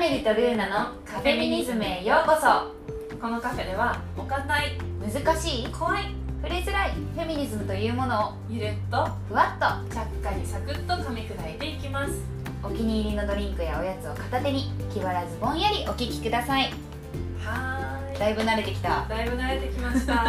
メリとルーナのカフェミニズムへようこそ。 このカフェではお堅い、 難しい、 怖い、 触れづらいフェミニズムというものをゆるっとふわっとちゃっかりサクッと噛み砕いていきます。 お気に入りのドリンクやおやつを片手に気張らずぼんやりお聞きください。 はーい、 だいぶ慣れてきた。 だいぶ慣れてきました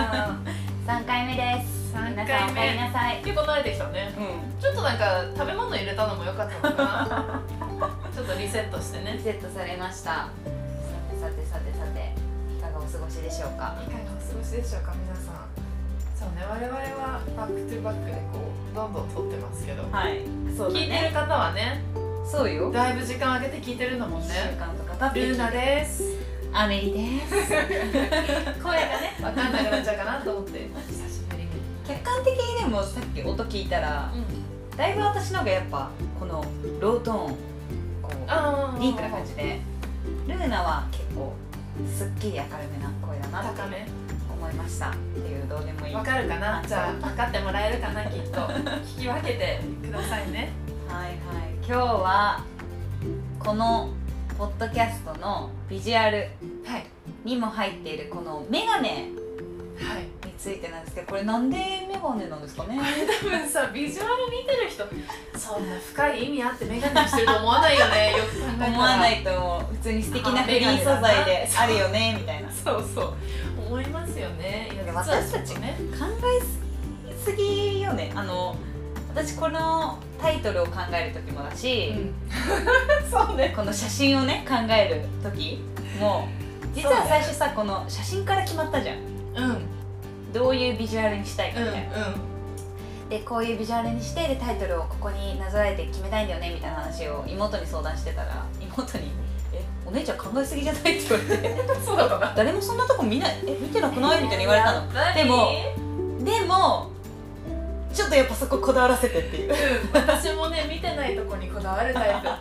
3回目です。 3 皆さんおかえりなさい。 結構慣れてきたね。ちょっとなんか食べ物入れたのも良かったのかなちょっとリセットしてね。 リセットされました。さていかがお過ごしでしょうか。 いかがお過ごしでしょうか皆さん。そうね、我々はバックトゥバックでこうどんどん撮ってますけど、 はい、そうだね。 聞いてる方はね、 そうよ。 だいぶ時間空けて聞いてるのもんね。 1週間とか経ってルーナです。 アメリです声がね、分かんなくなっちゃうかなと思って久しぶりに。 客観的にでもさっき音聞いたら、だいぶ私の方がやっぱこのロートーンこうディープな感じで、ルーナは結構すっきり明るめな声だなって高め思いましたっていう。どうでもいい。 わかるかな。じゃあ分かってもらえるかな、きっと聞き分けてくださいね。 はいはい。今日はこのポッドキャストのビジュアルにも入っているこのメガネについてなんですけど、これなんでメガネなんですかね。 多分さ、ビジュアル見てる人そんな深い意味あってメガネしてると思わないよね。よく考えたら思わないと思う。普通に素敵なフリー素材であるよねみたいな。 そうそう思いますよね。いや私たちね考えすぎよね。私このタイトルを考える時もだし、 そうね、 この写真をね考える時も実は最初さ、この写真から決まったじゃん。どういうビジュアルにしたいかみたいな。でこういうビジュアルにしてでタイトルをここになぞらえて決めたいんだよねみたいな話を妹に相談してたら、妹に「お姉ちゃん考えすぎじゃない?」って言われてそうだったな。 誰もそんなとこ見てなくないみたいに言われたの。でもちょっとやっぱそここだわらせてっていう。 私もね見てないとこにこだわるタイプ。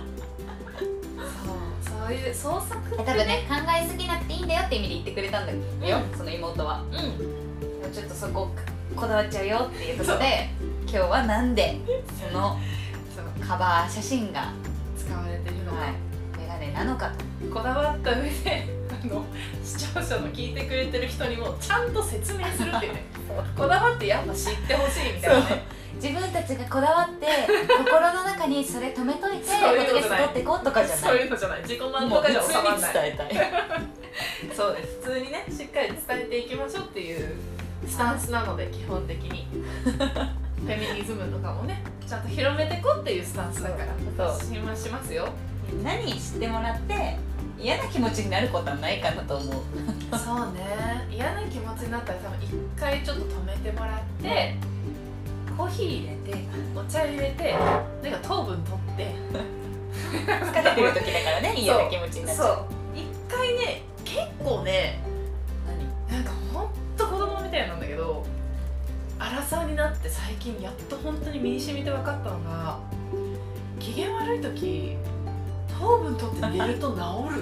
そういう創作ってね、 多分ね考えすぎなくていいんだよって意味で言ってくれたんだよ、その妹は。ちょっとそここだわっちゃうよっていうことで、今日はなんでそのカバー写真が使われてるのか、 メガネなのかとこだわった上で視聴者の聞いてくれてる人にもちゃんと説明するっていうねこだわってやっぱ知ってほしいみたいなね。 自分たちがこだわって心の中にそれ止めといてポッドキャスト撮っていこうとかじゃない。 そういうのじゃない。自己満とかじゃ収まんない。 伝えたいそうです。普通にねしっかり伝えていきましょうっていうスタンスなので、基本的にフェミニズムとかもねちゃんと広めていこうっていうスタンスだから発信はしますよ。 何知ってもらって嫌な気持ちになることはないかなと思う。 そうね、嫌な気持ちになったら多分一回ちょっと止めてもらって、コーヒー入れてお茶入れてなんか糖分取って疲れてる時だからね嫌な気持ちになっちゃう。 そう一回ね、結構ね、なんかほんと子供みたいなんだけど、アラサーになって最近やっと本当に身に染みて分かったのが、機嫌悪い時糖分取って寝ると治る多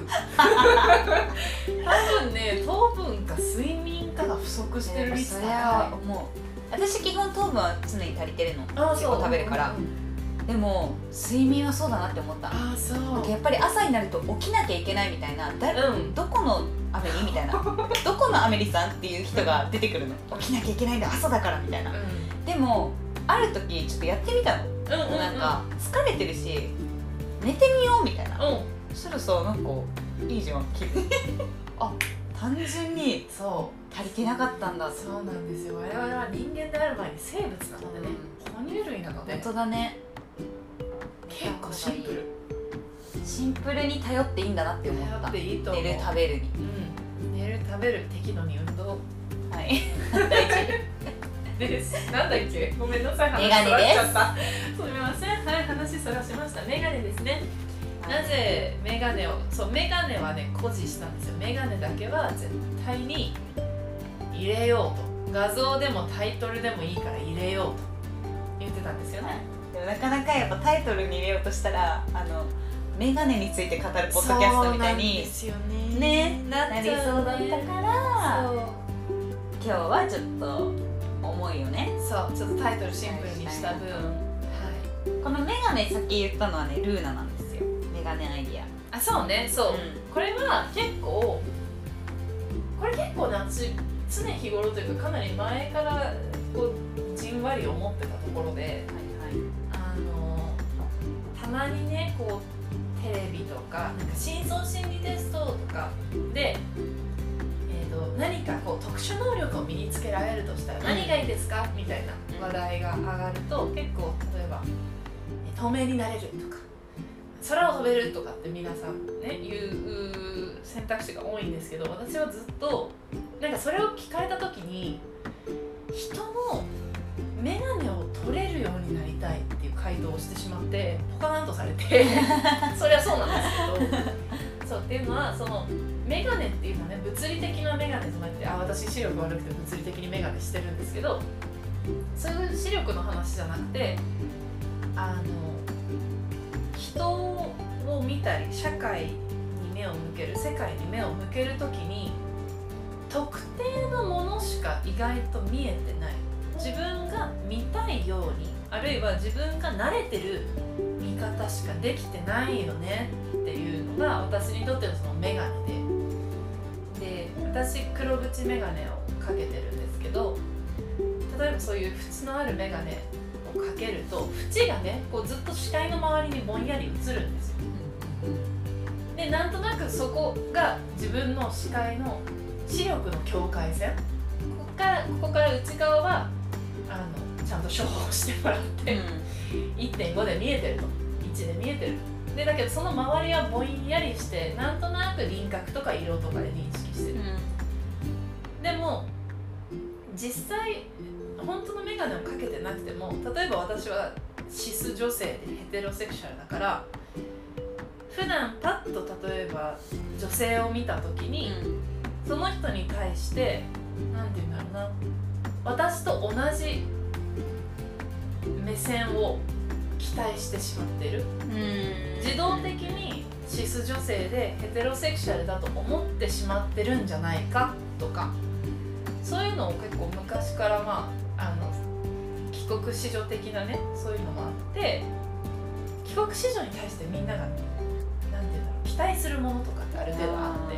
分ね、糖分か睡眠かが不足してる率高い。 思う。私基本糖分は常に足りてるの。結構食べるから。でも睡眠はそうだなって思った。やっぱり朝になると起きなきゃいけないみたいな、どこのアメリみたいなどこのアメリさんっていう人が出てくるの。起きなきゃいけないんだ朝だからみたいな。でもある時ちょっとやってみたの。なんか疲れてるし寝てみようみたいな。そしたらさ、なんかいいじゃんあ、単純に足りてなかったんだ。 そうなんですよ。我々は人間である前に生物なのでね、哺乳類なので。 本当だね。 結構シンプル。 シンプルに頼っていいんだなって思った。 頼っていいと思う。 寝る食べるに。 寝る食べる、適度に運動。 はい大事です。なんだっけ、ごめんなさい、 メガネです。 すみません、はい、話そらしました。メガネですね。なぜメガネを、メガネはね誇示したんですよ。メガネだけは絶対に入れようと、画像でもタイトルでもいいから入れようと言ってたんですよね。 でもなかなかやっぱタイトルに入れようとしたらメガネについて語るポッドキャストみたいになりそうだったから、今日はちょっと重いよね。 そう、ちょっとタイトルシンプルにした分、 このメガネさっき言ったのはねルーナなんですよ。メガネアイディア。 あ、そうね、そう、これは結構ね、私常日頃というかかなり前からこうじんわり思ってたところで、はいはい、たまにねこうテレビとか深層心理テストとかで、何かこう特殊能力を身につけられるとしたら何がいいですかみたいな話題が上がると、結構例えば透明になれるとか空を飛べるとかって皆さんね言う選択肢が多いんですけど、私はずっとなんかそれを聞かれた時に人の眼鏡を取れるようになりたいっていう回答をしてしまってポカーンとされてそりゃそうなんですけど、そうっていうのはその眼鏡っていうのはね物理的な眼鏡じゃなくて、私視力悪くて物理的に眼鏡してるんですけど、そういう視力の話じゃなくて人を見たり社会に目を向ける世界に目を向けるときに特定のものしか意外と見えてない、自分が見たいようにあるいは自分が慣れてる見方しかできてないよねっていうのが私にとってのその眼鏡で、私黒縁眼鏡をかけてるんですけど、例えばそういう縁のある眼鏡をかけると縁がねこうずっと視界の周りにぼんやり映るんですよ。でなんとなくそこが自分の視界の視力の境界線、ここから内側はちゃんと処方してもらって、1.5 で見えてると1で見えてるで、だけどその周りはぼんやりしてなんとなく輪郭とか色とかで認識してる、でも実際本当の眼鏡をかけてなくても、例えば私はシス女性でヘテロセクシャルだから普段パッと例えば女性を見た時に、その人に対して何て言うんだろうな、私と同じ目線を期待してしまっている、自動的にシス女性でヘテロセクシャルだと思ってしまってるんじゃないかとか、そういうのを結構昔から帰国子女的なねそういうのもあって、帰国子女に対してみんなが何て言うんだろう、期待するものとかってある程度あって、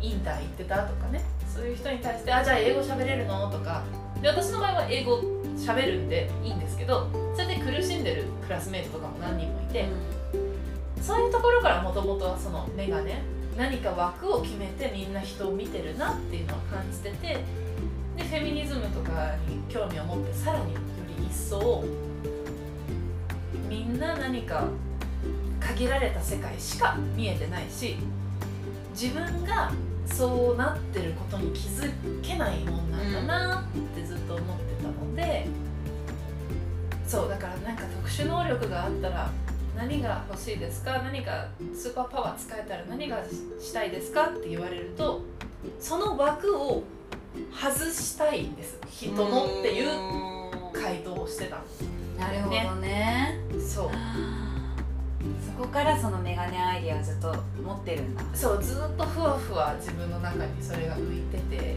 インター行ってたとかね、そういう人に対してじゃあ英語喋れるのとかで、私の場合は英語喋るんでいいんですけど、それで苦しんでるクラスメートとかも何人もいて、そういうところからもともとはその眼鏡何か枠を決めてみんな人を見てるなっていうのを感じてて、でフェミニズムとかに興味を持ってさらにより一層みんな何か限られた世界しか見えてないし、自分がそうなってることに気づけないもんなんだなってずっと思ってたので、そうだからなんか特殊能力があったら何が欲しいですか、何かスーパーパワー使えたら何がしたいですかって言われると、その枠を外したいんです人のっていう回答をしてた。 なるほどね。 そうそこからそのメガネアイディアをずっと持ってるんだ。 そうずっとふわふわ自分の中にそれが浮いてて、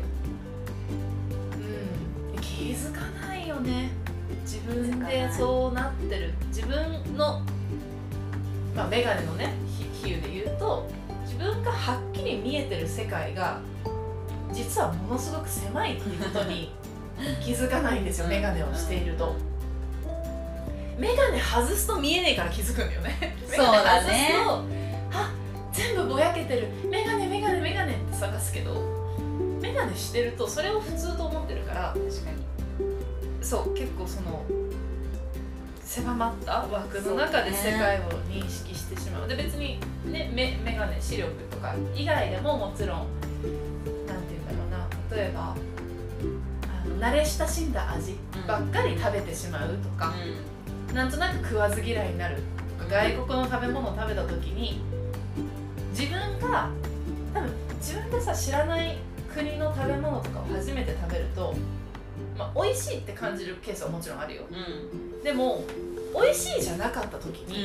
気づかないよね自分でそうなってる。自分の、メガネのね比喩で言うと、自分がはっきり見えてる世界が実はものすごく狭いっていうことに気づかないんですよメガネをしていると。メガネ外すと見えねえから気づくんだよね。 そうだね。 メガネ外すと全部ぼやけてる、メガネメガネメガネって探すけど、メガネしてるとそれを普通と思ってるから、 確かにそう結構その狭まった枠の中で世界を認識してしまう。で別にねメガネ視力とか以外でももちろんなんていうんだろうな、例えば慣れ親しんだ味ばっかり食べてしまうとか、なんとなく食わず嫌いになるとか、外国の食べ物を食べた時に自分が多分自分でさ知らない国の食べ物とかを初めて食べると、美味しいって感じるケースはもちろんあるよ、でも美味しいじゃなかった時に、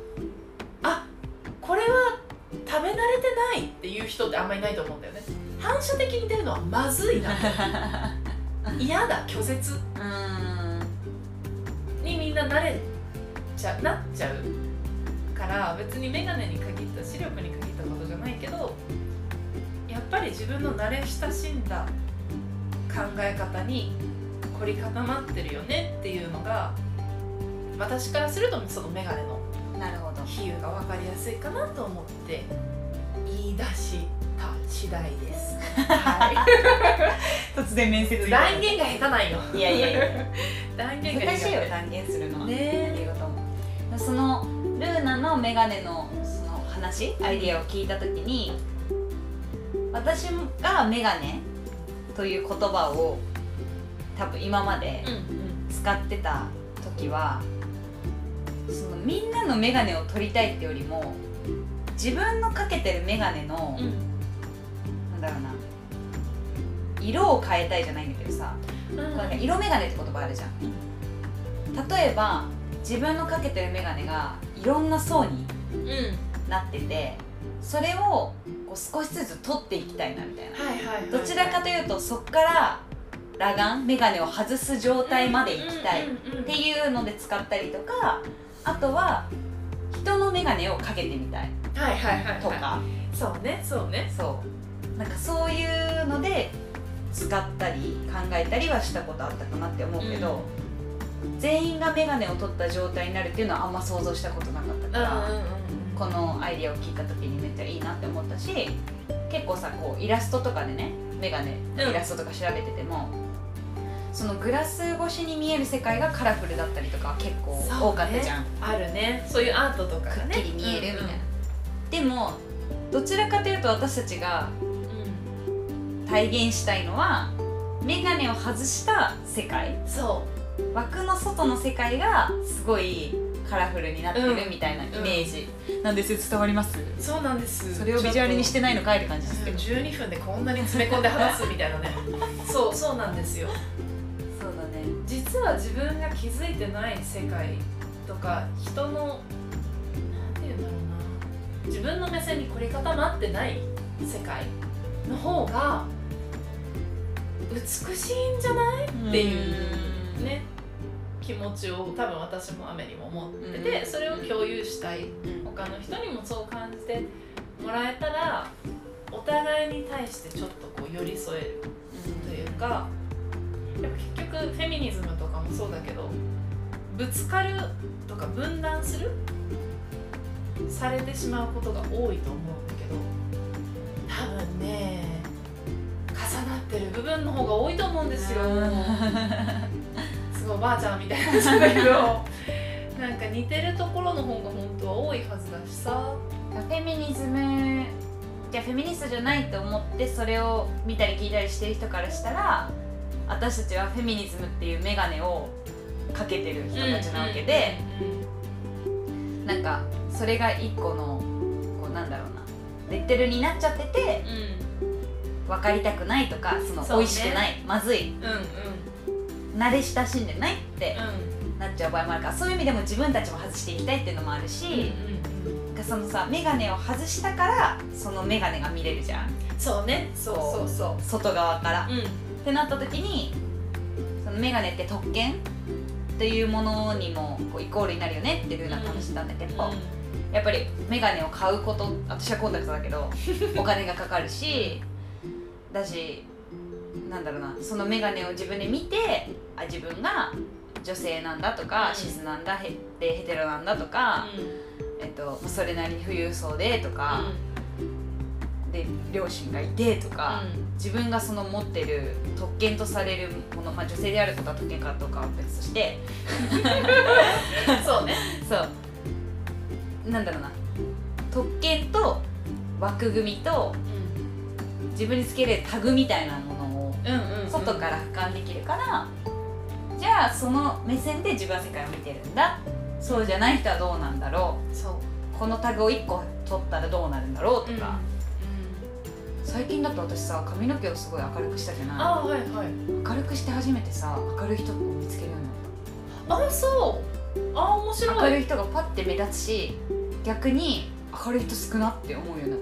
これは食べ慣れてないっていう人ってあんまりいないと思うんだよね。反射的に出るのはまずいな嫌だ拒絶にみんななっちゃうから別に眼鏡に限った視力に限ったことじゃないけど、やっぱり自分の慣れ親しんだ考え方に凝り固まってるよねっていうのが、私からするとその眼鏡の比喩が分かりやすいかなと思って言い出した次第です。はい、 突然面接断言が下手なんよ。 いやいやいや断言が難しいよ、断言するのはね。そのルーナのメガネのその話、アイディアを聞いた時に、私がメガネという言葉を多分今まで使ってた時は、そのみんなのメガネを取りたいってよりも、自分のかけてるメガネの、なんだろうな、色を変えたいじゃないんだけどさ、なんか色メガネって言葉あるじゃん。例えば自分のかけてるメガネがいろんな層になってて、それをこう少しずつ取っていきたいなみたいな、どちらかというとそっから裸眼メガネを外す状態までいきたいっていうので使ったりとか、あとは人のメガネをかけてみたいとか、 そうねそうね、 そうなんかそういうので使ったり考えたりはしたことあったかなって思うけど、全員がメガネを取った状態になるっていうのはあんま想像したことなかったから、このアイディアを聞いた時にめっちゃいいなって思ったし、結構さ、こうイラストとかでね、メガネのイラストとか調べてても、そのグラス越しに見える世界がカラフルだったりとか結構多かったじゃん、 あるね、そういうアートとかがね、 くっきり見えるみたいな、でもどちらかというと私たちが体現したいのはメガネを外した世界、そう枠の外の世界がすごいカラフルになってるみたいなイメージなんですよ。伝わります？ そうなんです。 それをビジュアルにしてないのかいって感じですけど、 12分でこんなに詰め込んで話すみたいなねそうなんですよ。 そうだね、 実は自分が気づいてない世界とか、人のなんていうんだろうな、自分の目線に凝り固まってない世界の方が美しいんじゃないっていうね、気持ちを多分私もアメリも持ってて、それを共有したい、他の人にもそう感じてもらえたら、お互いに対してちょっとこう寄り添えるというか、やっぱ結局フェミニズムとかもそうだけど、ぶつかるとか分断するされてしまうことが多いと思うんだけど、多分ね重なってる部分の方が多いと思うんですよ。すごいおばあちゃんみたいな人だけどなんか似てるところの方が本当は多いはずだしさ。 フェミニズムじゃフェミニストじゃないと思ってそれを見たり聞いたりしてる人からしたら、私たちはフェミニズムっていうメガネをかけてる人たちなわけで、なんかそれが一個のこうなんだろうな、レッテルになっちゃってて、分かりたくないとか、その美味しくない、まずい、慣れ親しんでないってなっちゃう場合もあるから、そういう意味でも自分たちも外していきたいっていうのもあるし、そのさ、メガネを外したからそのメガネが見れるじゃん。 そうね、そう外側から、ってなった時に、そのメガネって特権っていうものにもこうイコールになるよねっていうふうな話したんだけど、やっぱりメガネを買うこと、私はコンタクトだけどお金がかかるしだし、なんだろうな、そのメガネを自分で見て、あ、自分が女性なんだとか、シスなんだ、ヘテロなんだとか、それなりに富裕層でとか、で両親がいてとか、自分がその持ってる特権とされるもの、女性であることは特権かどうかは別としてそうね、 そうなんだろうな、特権と枠組みと、自分につけるタグみたいなものを外から俯瞰できるから、じゃあその目線で自分は世界を見てるんだ、そうじゃない人はどうなんだろう、このタグを1個取ったらどうなるんだろうとか、最近だと私さ、髪の毛をすごい明るくしたじゃない。明るくして初めてさ、明るい人を見つけるようになった。 そう、面白い。 明るい人がパッて目立つし、逆に明るい人少なって思うようになった。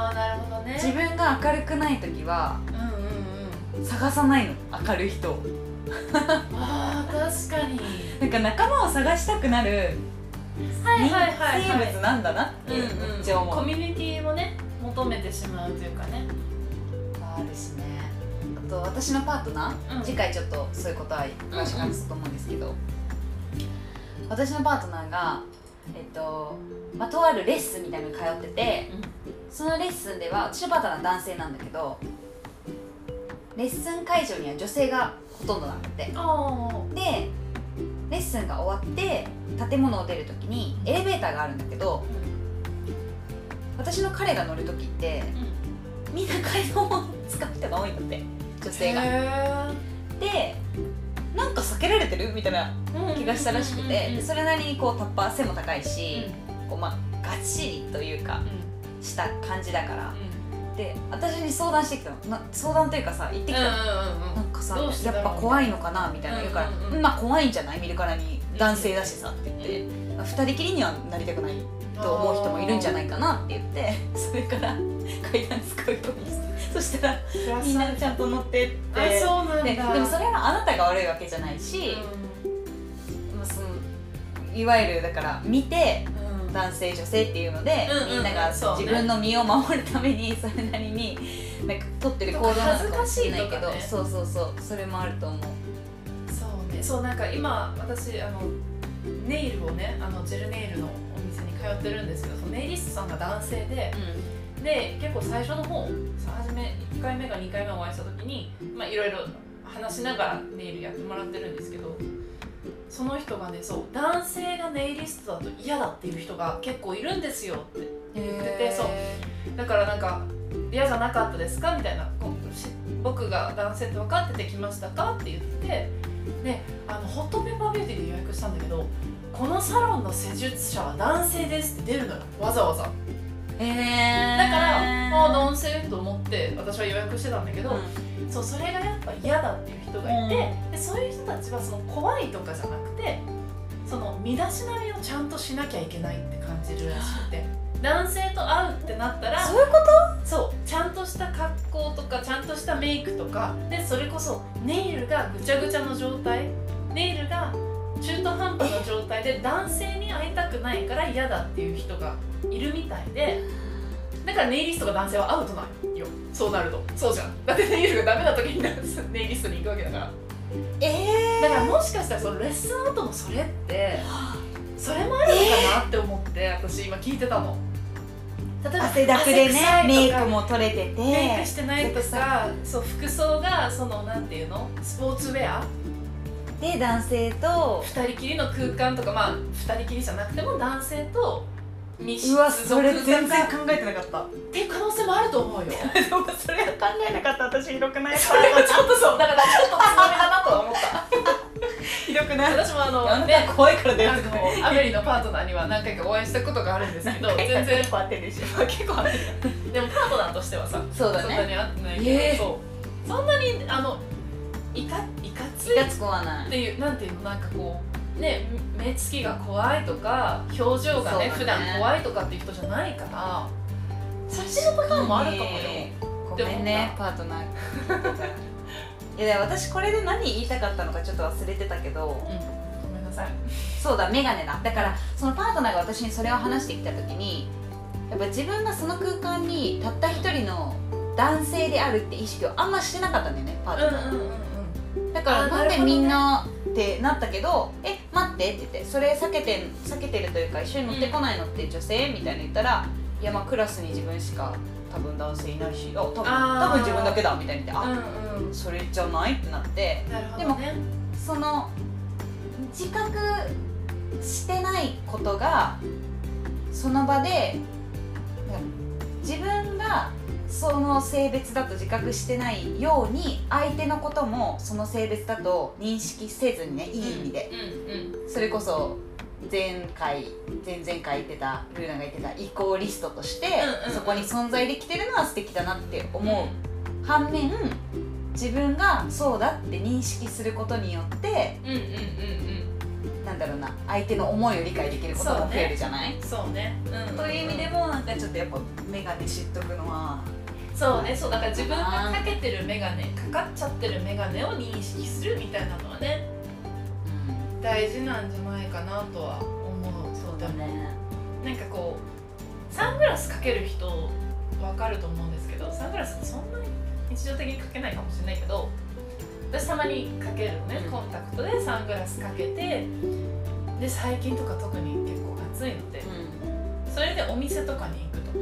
なるほどね。 自分が明るくない時は、探さないの、明るい人を確かに。 なんか仲間を探したくなる生物なんだなってめっちゃ思う。 コミュニティもね求めてしまうというかねあるしね。あと私のパートナー、次回ちょっとそういうことは詳しく話すと思うんですけど、私のパートナーがとあるレッスンみたいなのに通ってて、そのレッスンでは私のパートナーは男性なんだけど、レッスン会場には女性がほとんどなんだって。でレッスンが終わって建物を出るときにエレベーターがあるんだけど、私の彼が乗るときって、みんな階段を使う人が多いんだって、女性が。でなんか避けられてるみたいな気がしたらしくて、それなりにこうタッパー背も高いし、こうがっちりというかした感じだから、で私に相談してきたの。相談というかさ、言ってきたの。なんかさ、やっぱ怖いのかなみたいな言うから、まあ怖いんじゃない、見るからに男性だしさって言って、2人きりにはなりたくないと思う人もいるんじゃないかなって言って、それから階段使うようにして、そしたらみんなちゃんと乗ってって。 そうなんだ。 でもそれはあなたが悪いわけじゃないし、いわゆるだから見て、男性女性っていうので、みんなが自分の身を守るためにそれなりになんか取ってる行動なのかもしれないけど、そうそれもあると思う。 そうね、そうなんか今私ネイルをね、ジェルネイルのお店に通ってるんですけど、そのネイリストさんが男性で、で結構最初の方初め1回目か2回目お会いした時にいろいろ話しながらネイルやってもらってるんですけど、その人がね、そう男性がネイリストだと嫌だっていう人が結構いるんですよって言ってて、そうだからなんか嫌じゃなかったですかみたいな、僕が男性って分かってて来ましたかって言って、でホットペッパービューティーで予約したんだけど、このサロンの施術者は男性ですって出るのよ、わざわざ。だから男性と思って私は予約してたんだけど、そうそれがやっぱ嫌だっていう人がいて、でそういう人たちはその怖いとかじゃなくて、その身だしなみをちゃんとしなきゃいけないって感じるらしくて、男性と会うってなったら、 そういうこと？ そうちゃんとした格好とかちゃんとしたメイクとかで、それこそネイルがぐちゃぐちゃの状態、ネイルが中途半端な状態で男性に会いたくないから嫌だっていう人がいるみたいで、だからネイリストが男性はアウトなんよ。そうなるとそうじゃん。だってネイルがダメな時にネイリストに行くわけだから。だからもしかしたらそのレッスン後のそれってそれもあるのかなって思って、私今聞いてたの。例えば汗だくでね、メイクも取れててメイクしてないとか、そう服装がそのなんていうの、スポーツウェアで男性と 2人きりの空間とか、2人きりじゃなくても男性と密室のうわ、 空間それ全然考えてなかったっていう可能性もあると思うよ。 でもそれは考えなかった。私ひどくない？ それはちょっとそうだからちょっと強めだなとは思った。 ひどくない？ 私もね、怖いからだよ。 アメリのパートナーには何回かお会いしたことがあるんですけど、全然結構合ってるでしょ。 結構合ってる。でもパートナーとしてはさ、 そうだね、 そんなに合ってないけど、そんなにいかついくはないっていう、なんていうの、なんかこうね、目つきが怖いとか表情がね普段怖いとかっていう人じゃないから、そっちのパターンもあるかもよ。 ごめんね、パートナー。いや私これで何言いたかったのかちょっと忘れてたけど、 ごめんなさい。 そうだ、メガネだ。だからそのパートナーが私にそれを話してきた時に、やっぱ自分がその空間にたった一人の男性であるって意識をあんましてなかったんだよね、パートナー。だからなんでみんなってなったけど、待ってって言って、それ避けてるというか一緒に乗ってこないのって女性みたいに言ったら、いやクラスに自分しか多分男性いないし、多分自分だけだみたいに言って、それじゃないってなって、でもその自覚してないことがその場で自分がその性別だと自覚してないように、相手のこともその性別だと認識せずにね、いい意味で、それこそ前々回言ってたルーナが言ってたイコーリストとしてそこに存在できてるのは素敵だなって思う反面、自分がそうだって認識することによってなんだろうな、相手の思いを理解できることも増えるじゃない？ そうね。 という意味でもなんかちょっとやっぱメガネ知っとくのは、 そうね、そうだから自分がかけてるメガネ、かかっちゃってるメガネを認識するみたいなのはね、大事なんじゃないかなとは思そうでもなんかこうサングラスかける人わかると思うんですけど、サングラスってそんなに日常的にかけないかもしれないけど、私たまにかけるのね、コンタクトでサングラスかけて、で最近とか特に結構暑いので、それでお店とかに行くと、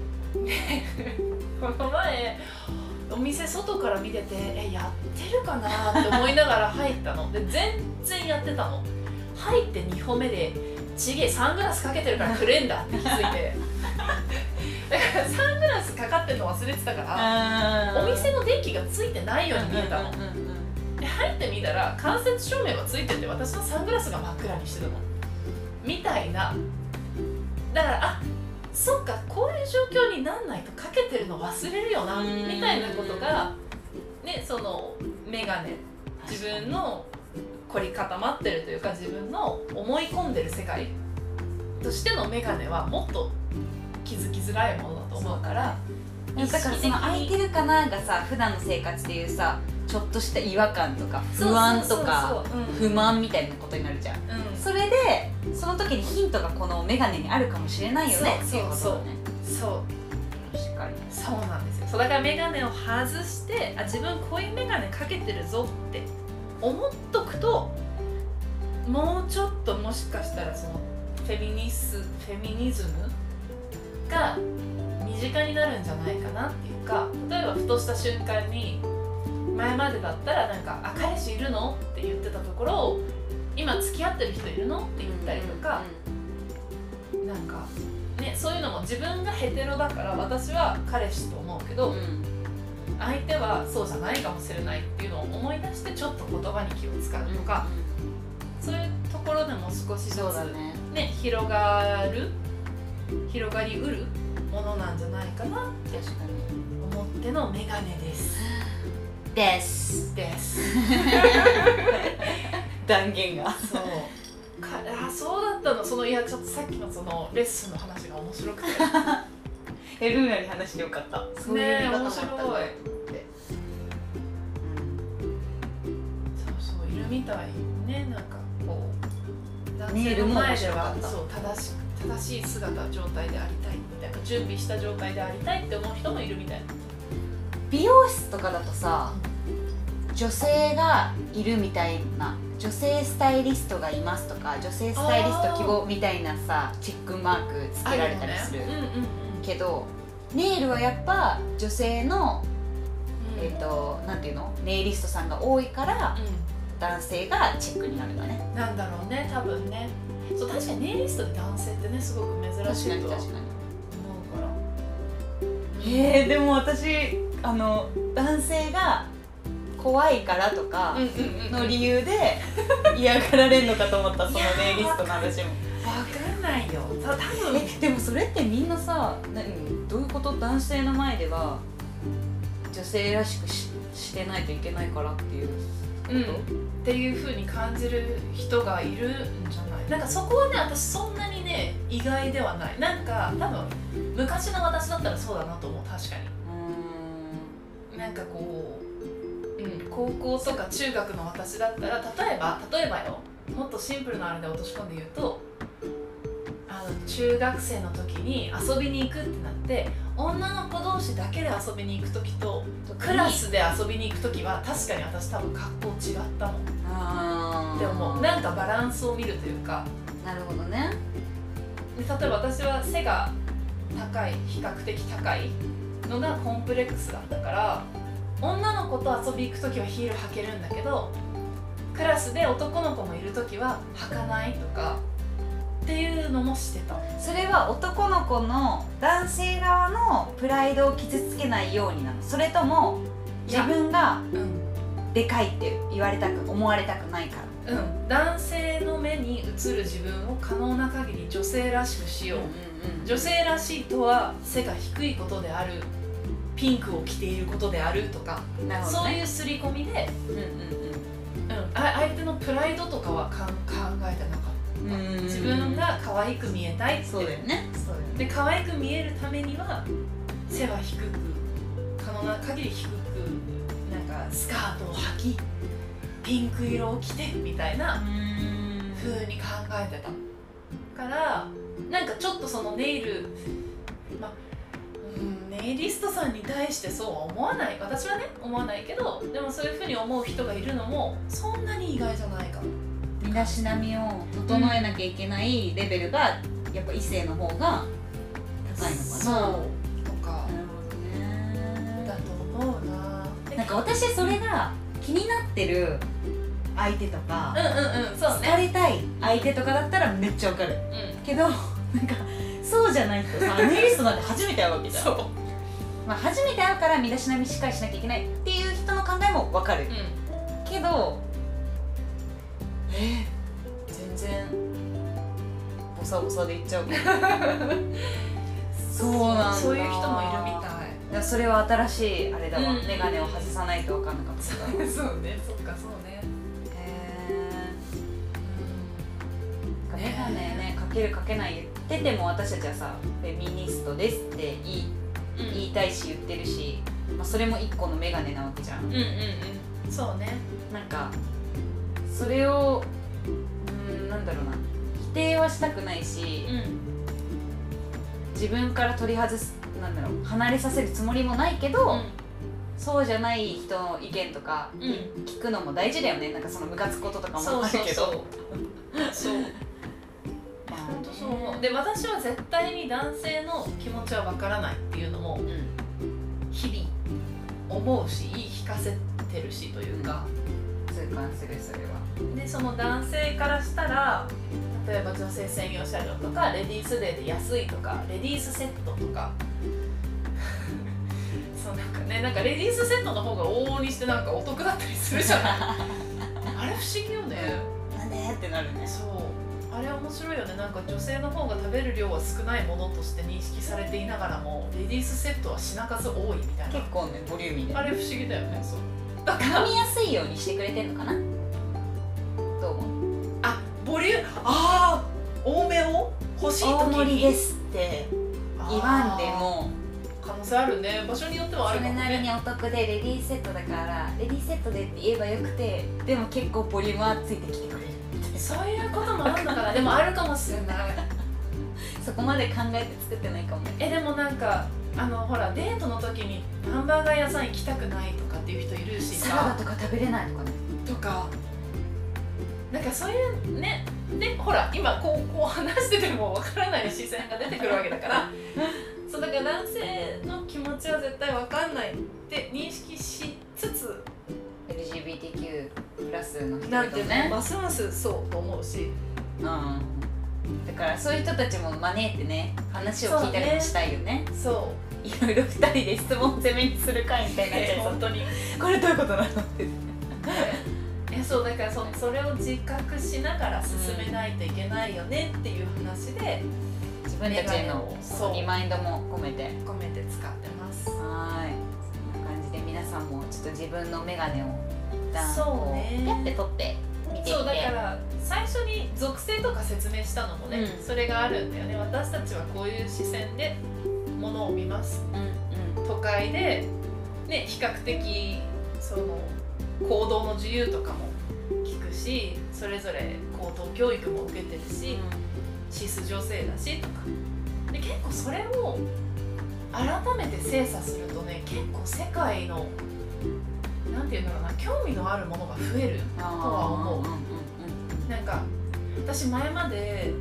この前お店外から見ててやってるかなって思いながら入ったので全然やってたの。入って2歩目でちげえサングラスかけてるからくれんだって気づいてだからサングラスかかってるの忘れてたからお店の電気がついてないように見えたので、入ってみたら間接照明がついてて私のサングラスが真っ暗にしてたのみたいな。だからそっか、こういう状況になんないとかけてるの忘れるよなみたいなことがね、そのメガネ、自分の凝り固まってるというか自分の思い込んでる世界としてのメガネはもっと気づきづらいものだと思うから、 だからその開いてるかながさ、普段の生活でいうさ、ちょっとした違和感とか不安とか不満みたいなことになるじゃん、それでその時にヒントがこのメガネにあるかもしれないよねっていうことだね。 そうしっかりそうなんですよ。そうだからメガネを外して、自分こういうメガネかけてるぞって思っとくと、もうちょっともしかしたらそのフェミニズムが身近になるんじゃないかなっていうか、例えばふとした瞬間に前までだったらなんか彼氏いるのって言ってたところを今付き合ってる人いるのって言ったりとか、なんかね、そういうのも自分がヘテロだから私は彼氏と思うけど、相手はそうじゃないかもしれないっていうのを思い出してちょっと言葉に気を使うとか、そういうところでも少しずつ、ね、広がりうるものなんじゃないかなって思ってのメガネです断言がそうだったの。いやちょっとさっきのそのレッスンの話が面白くてルーナに話してよかった。そういう見方もあったんだって。 そういるみたいね。なんかこう男性の前ではそう正しい姿状態でありたいみたいな、準備した状態でありたいって思う人もいるみたいな。 美容室とかだとさ、女性がいるみたいな、女性スタイリストがいますとか、女性スタイリスト希望みたいなさチェックマークつけられたりするけど、ネイルはやっぱ女性の、なんていうの、ネイリストさんが多いから、男性がチェックになるんだね。 なんだろうね、多分ね。そう、確かにネイリストで男性ってねすごく珍しいとは思うから。 でも私男性が怖いからとかの理由で嫌がられるのかと思った。そのネイリストの話も分かんないよ多分。 でもそれってみんなさ、どういうこと？男性の前では女性らしくしてないといけないからっていうこと、 っていう風に感じる人がいるんじゃない。なんかそこはね、私そんなにね意外ではない。なんか多分昔の私だったらそうだなと思う。確かになんかこう、高校とか中学の私だったら、例えばよ、もっとシンプルなあれで落とし込んで言うと、中学生の時に遊びに行くってなって、女の子同士だけで遊びに行く時とクラスで遊びに行く時は確かに私多分格好違ったもんって思う。なんかバランスを見るというか。 なるほどね。 で例えば私は背が高い、比較的高いのがコンプレックスだったから、女の子と遊び行く時はヒール履けるんだけど、クラスで男の子もいる時は履かないとかっていうのもしてた。 それは男の子の男性側のプライドを傷つけないようになの？それとも自分がでかいって思われたくないから？ 男性の目に映る自分を可能な限り女性らしくしよう。女性らしいとは背が低いことである、ピンクを着ていることであるとか、そういう刷り込みで相手のプライドとかは考えてなかった。自分が可愛く見えたいって。 そうだよね。 で可愛く見えるためには背は低く、可能な限り低く、なんかスカートを履き、ピンク色を着てみたいな風に考えてたかからなんかちょっとそのネイル、ネイリストさんに対してそうは思わない、私はね思わないけど、でもそういうふうに思う人がいるのもそんなに意外じゃないかも。 身だしなみを整えなきゃいけないレベルがやっぱ異性の方が高いのかな。 そうとか、 なるほどね。 だと思うな。 なんか私それが気になってる相手とか、 そうね、 疲れたい相手とかだったらめっちゃわかる、けどなんかそうじゃない人さ、ネイリストなんて初めて会うわけじゃん。そう、初めて会うから身だしなみしっかりしなきゃいけないっていう人の考えもわかる、けど全然ボサボサでいっちゃうそうなんだ。 そういう人もいるみたい。 それは新しいあれだわ、メガネを外さないと分かんなかったそうね、そっか、そうね。 メガネね、かけるかけない言ってても私たちはさフェミニストですって言いたいし言ってるし、それも一個のメガネなわけじゃん。 そうね。 なんかそれをなんだろうな、否定はしたくないし、自分から取り外す、なんだろう、離れさせるつもりもないけど、そうじゃない人の意見とか聞くのも大事だよね。なんかそのムカつくこととかもあるけど、 そう本当そう思う。で、私は絶対に男性の気持ちはわからないっていうのも日々思うし、言い聞かせてるしというか、 痛感する。それはで、その男性からしたら、例えば女性専用車両とかレディースデーで安いとかレディースセットとかそうなんかね、なんかレディースセットの方が往々にしてなんかお得だったりするじゃないあれ不思議よね。 なんでってなるね。 そう、あれ面白いよね。なんか女性の方が食べる量は少ないものとして認識されていながらもレディースセットは品数多いみたいな。 結構ね、ボリューミーで、 あれ不思議だよね。そうだから飲みやすいようにしてくれてんのかな。どう思う？ ボリューム、多めを欲しい時に大盛りですって言わんでも可能性あるね。場所によってはあるかもね。 それなりにお得でレディーセットだからレディーセットでって言えばよくて、でも結構ボリュームはついてきてくれる。 そういうこともあるのかな。でもあるかもしれないそこまで考えて作ってないかも。 でもなんかほらデートの時にハンバーガー屋さん行きたくないとかっていう人いるしさ、 サラダとか食べれないとかね。 とかなんかそういうね。でほら今こう話しててもわからない視線が出てくるわけだからそうだから男性の気持ちは絶対わかんないって認識しつつ LGBTQ プラスの人なんて 々ね、 ますますそうと思うし、 だからそういう人たちも招いてね、話を聞いたりもしたいよね。 そういろいろ2人で質問攻めにする会みたいになっちゃう。 本当にこれどういうことなのってそうだからそれを自覚しながら進めないといけないよねっていう話で、 自分たちへのリマインドも込めて使ってます。 はい、そんな感じで皆さんもちょっと自分のメガネを一旦そうね、 ピャって取って見てみて。 そうだから最初に属性とか説明したのもね、それがあるんだよね。私たちはこういう視線でものを見ます、都会で、ね、比較的その行動の自由とかも聞くし、それぞれ高等教育も受けてるし、シス女性だしとかで、結構それを改めて精査するとね、結構世界のなんていうんだろうな、興味のあるものが増えるとは思う。なんか私前まで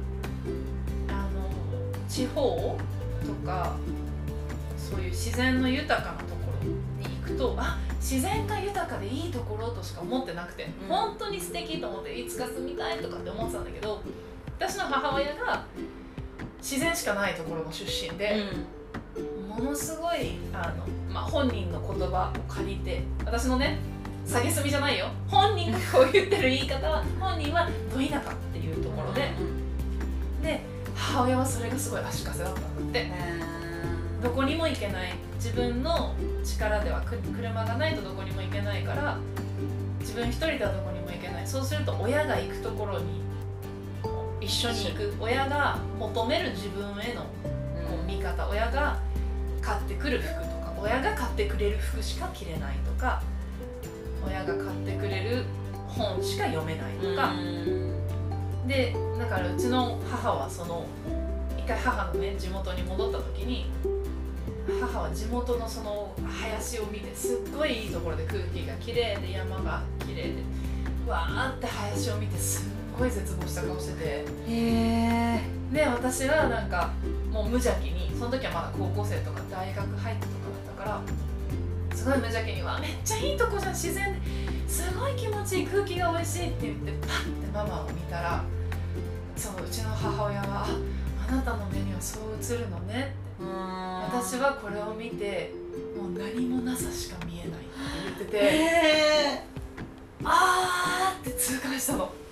地方とかそういう自然の豊かなところに行くと、自然が豊かでいいところとしか思ってなくて、本当に素敵と思っていつか住みたいとかって思ってたんだけど、私の母親が自然しかないところの出身で、ものすごい本人の言葉を借りて、私のね下げすみじゃないよ、本人がこう言ってる言い方は本人はど田舎っていうところで、で母親はそれがすごい足かせだったんだって。どこにも行けない、自分の力では車がないとどこにも行けないから、自分一人ではどこにも行けない。そうすると親が行くところに一緒に行く、親が求める自分への見方、親が買ってくる服とか、親が買ってくれる服しか着れないとか、親が買ってくれる本しか読めないとかでだからうちの母は一回母のね地元に戻った時に、母は地元のその林を見て、すっごいいいところで空気がきれいで山がきれいでわーって林を見てすっごい絶望した顔してて、 へえ。 で私はなんかもう無邪気に、その時はまだ高校生とか大学入ってとかだったからすごい無邪気に「わめっちゃいいとこじゃん、自然ですごい気持ちいい、空気が美味しい」って言ってパッてママを見たら、うちの母親は「あなたの目にはそう映るのね」って「私はこれを見てもう何もなさしか見えない」って言ってて、あーって痛感したの。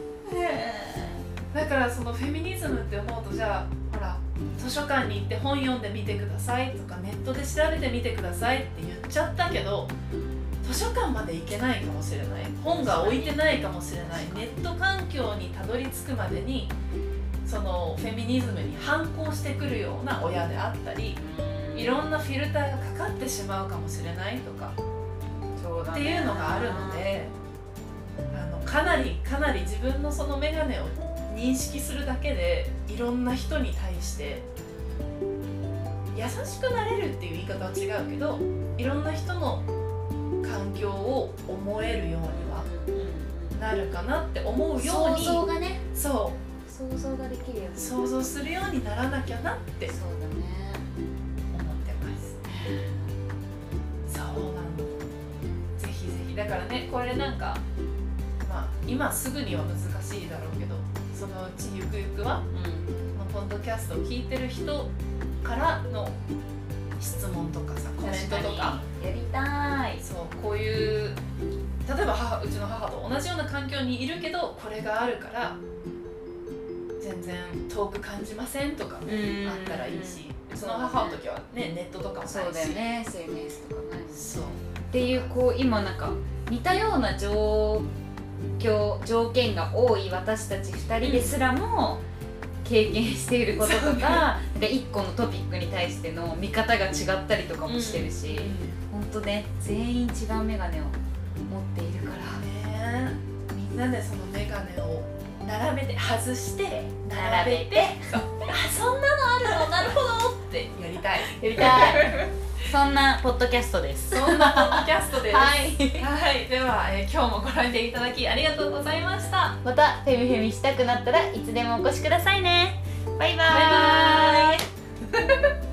だからそのフェミニズムって思うと、じゃあほら図書館に行って本読んでみてくださいとかネットで調べてみてくださいって言っちゃったけど、図書館まで行けないかもしれない、本が置いてないかもしれない、ネット環境にたどり着くまでにそのフェミニズムに反抗してくるような親であったり、いろんなフィルターがかかってしまうかもしれないとかっていうのがあるので、かなり自分のその眼鏡を認識するだけでいろんな人に対して優しくなれるっていう言い方は違うけど、いろんな人の環境を思えるようにはなるかなって思うように、 想像がね、 そう想像ができるよね、 想像するようにならなきゃなってそうだね思ってます。そうなの。ぜひぜひ、だからねこれなんかまあ今すぐには難しいだろうけど、そのうちゆくゆくは、このポッドキャストを聞いてる人からの質問とかさ、コメントとかやりたい。 そうこういう例えばうちの母と同じような環境にいるけどこれがあるから全然遠く感じませんとかもあったらいいし、うちの母の時はねネットとかもないし、 そうだよね、SNS とかないもんね。 そうっていう今なんか似たような条件が多い私たち2人ですらも経験していることとか、なんか1個のトピックに対しての見方が違ったりとかもしてるし、ほんとね全員違うメガネを持っているからね、みんなでそのメガネを並べて外して並べてそうあそんなのあるのなるほどってやりたいそんなポッドキャストです。 そんなポッドキャストですはい、 はい、では、今日もご覧いただきありがとうございました。 またフェミフェミしたくなったらいつでもお越しくださいね。バイバーイ。 バイバーイ